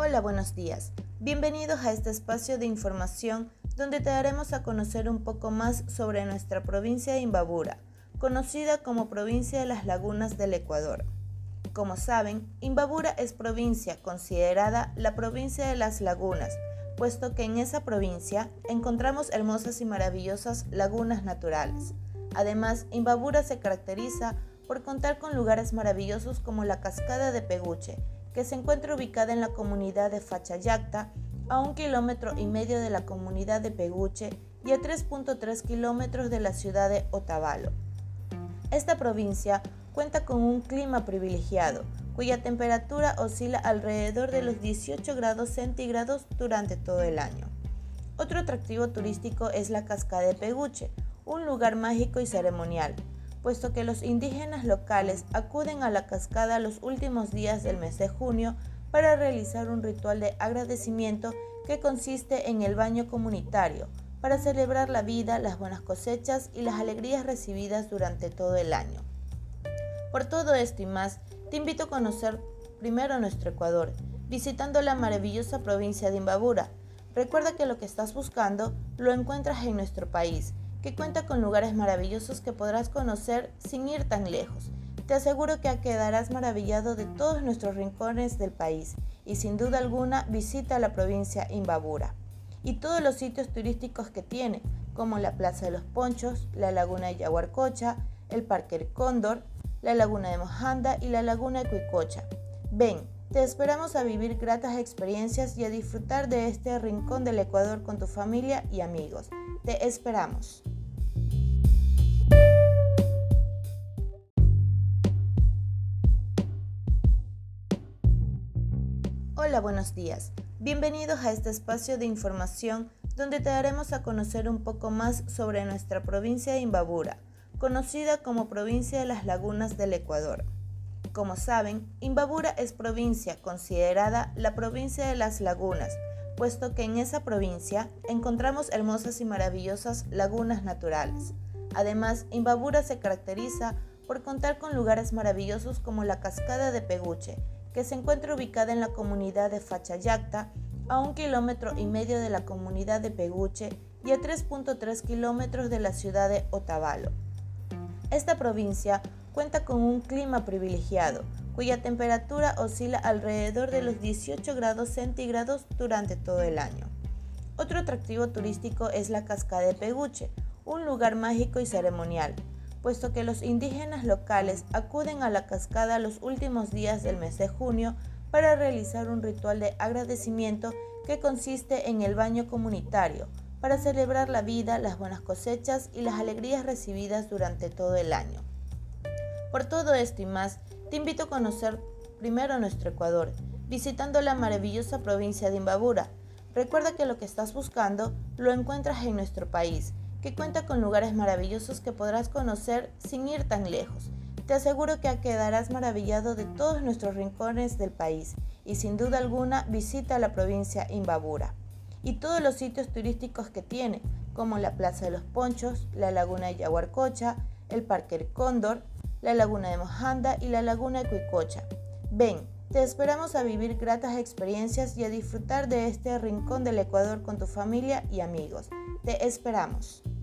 Hola, buenos días. Bienvenidos a este espacio de información donde te daremos a conocer un poco más sobre nuestra provincia de Imbabura, conocida como Provincia de las Lagunas del Ecuador. Como saben, Imbabura es provincia considerada la provincia de las lagunas, puesto que en esa provincia encontramos hermosas y maravillosas lagunas naturales. Además, Imbabura se caracteriza por contar con lugares maravillosos como la Cascada de Peguche, que se encuentra ubicada en la comunidad de Fachayacta, a 1,5 kilómetros de la comunidad de Peguche y a 3,3 kilómetros de la ciudad de Otavalo. Esta provincia cuenta con un clima privilegiado, cuya temperatura oscila alrededor de los 18 grados centígrados durante todo el año. Otro atractivo turístico es la Cascada de Peguche, un lugar mágico y ceremonial, puesto que los indígenas locales acuden a la cascada los últimos días del mes de junio para realizar un ritual de agradecimiento que consiste en el baño comunitario, para celebrar la vida, las buenas cosechas y las alegrías recibidas durante todo el año. Por todo esto y más, te invito a conocer primero nuestro Ecuador, visitando la maravillosa provincia de Imbabura. Recuerda que lo que estás buscando lo encuentras en nuestro país, que cuenta con lugares maravillosos que podrás conocer sin ir tan lejos. Te aseguro que quedarás maravillado de todos nuestros rincones del país y sin duda alguna visita la provincia Imbabura y todos los sitios turísticos que tiene, como la Plaza de los Ponchos, la Laguna de Yaguarcocha, el Parque El Cóndor, la Laguna de Mojanda y la Laguna de Cuicocha. Ven, te esperamos a vivir gratas experiencias y a disfrutar de este rincón del Ecuador con tu familia y amigos. Te esperamos. Hola, buenos días. Bienvenidos a este espacio de información donde te daremos a conocer un poco más sobre nuestra provincia de Imbabura, conocida como Provincia de las Lagunas del Ecuador. Como saben, Imbabura es provincia considerada la provincia de las lagunas, puesto que en esa provincia encontramos hermosas y maravillosas lagunas naturales. Además, Imbabura se caracteriza por contar con lugares maravillosos como la Cascada de Peguche, que se encuentra ubicada en la comunidad de Fachayacta, a 1,5 kilómetros de la comunidad de Peguche y a 3,3 kilómetros de la ciudad de Otavalo. Esta provincia cuenta con un clima privilegiado, cuya temperatura oscila alrededor de los 18 grados centígrados durante todo el año. Otro atractivo turístico es la Cascada de Peguche, un lugar mágico y ceremonial, puesto que los indígenas locales acuden a la cascada los últimos días del mes de junio para realizar un ritual de agradecimiento que consiste en el baño comunitario, para celebrar la vida, las buenas cosechas y las alegrías recibidas durante todo el año. Por todo esto y más, te invito a conocer primero nuestro Ecuador, visitando la maravillosa provincia de Imbabura. Recuerda que lo que estás buscando lo encuentras en nuestro país, que cuenta con lugares maravillosos que podrás conocer sin ir tan lejos. Te aseguro que quedarás maravillado de todos nuestros rincones del país y sin duda alguna visita la provincia Imbabura y todos los sitios turísticos que tiene, como la Plaza de los Ponchos, la Laguna de Yaguarcocha, el Parque El Cóndor, la Laguna de Mojanda y la Laguna de Cuicocha. Ven, te esperamos a vivir gratas experiencias y a disfrutar de este rincón del Ecuador con tu familia y amigos. Te esperamos.